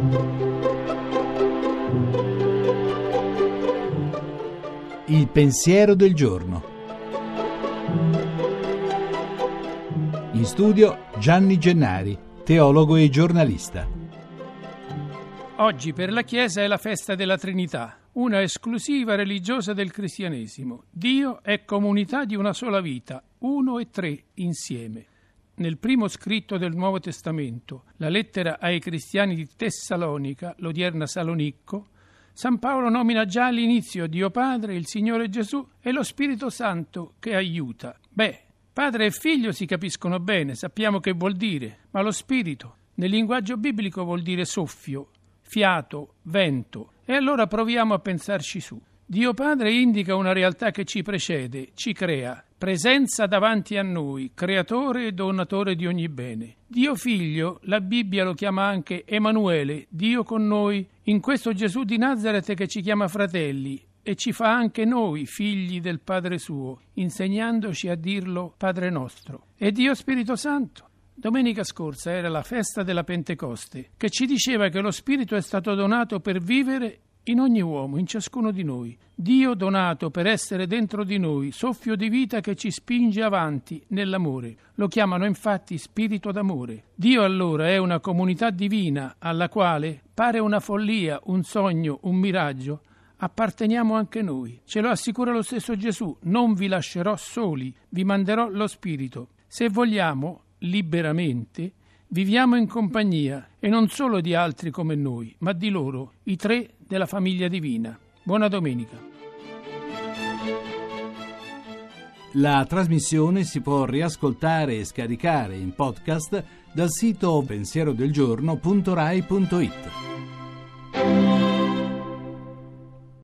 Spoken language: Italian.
Il pensiero del giorno. In studio Gianni Gennari, teologo e giornalista. Oggi per la Chiesa è la festa della Trinità, una esclusiva religiosa del cristianesimo. Dio è comunità di una sola vita, uno e tre insieme. Nel primo scritto del Nuovo Testamento, la lettera ai cristiani di Tessalonica, l'odierna Salonicco, San Paolo nomina già all'inizio Dio Padre, il Signore Gesù e lo Spirito Santo che aiuta. Padre e Figlio si capiscono bene, sappiamo che vuol dire, ma lo Spirito nel linguaggio biblico vuol dire soffio, fiato, vento. E allora proviamo a pensarci su. Dio Padre indica una realtà che ci precede, ci crea, presenza davanti a noi, creatore e donatore di ogni bene. Dio Figlio, la Bibbia lo chiama anche Emanuele, Dio con noi, in questo Gesù di Nazaret che ci chiama fratelli e ci fa anche noi figli del Padre suo, insegnandoci a dirlo Padre nostro. E Dio Spirito Santo? Domenica scorsa era la festa della Pentecoste, che ci diceva che lo Spirito è stato donato per vivere in ogni uomo, in ciascuno di noi. Dio donato per essere dentro di noi, soffio di vita che ci spinge avanti nell'amore. Lo chiamano infatti Spirito d'amore. Dio allora è una comunità divina alla quale, pare una follia, un sogno, un miraggio, apparteniamo anche noi. Ce lo assicura lo stesso Gesù: non vi lascerò soli, vi manderò lo Spirito. Se vogliamo, liberamente, viviamo in compagnia, e non solo di altri come noi, ma di loro, i tre della famiglia divina. Buona domenica. La trasmissione si può riascoltare e scaricare in podcast dal sito pensierodelgiorno.rai.it.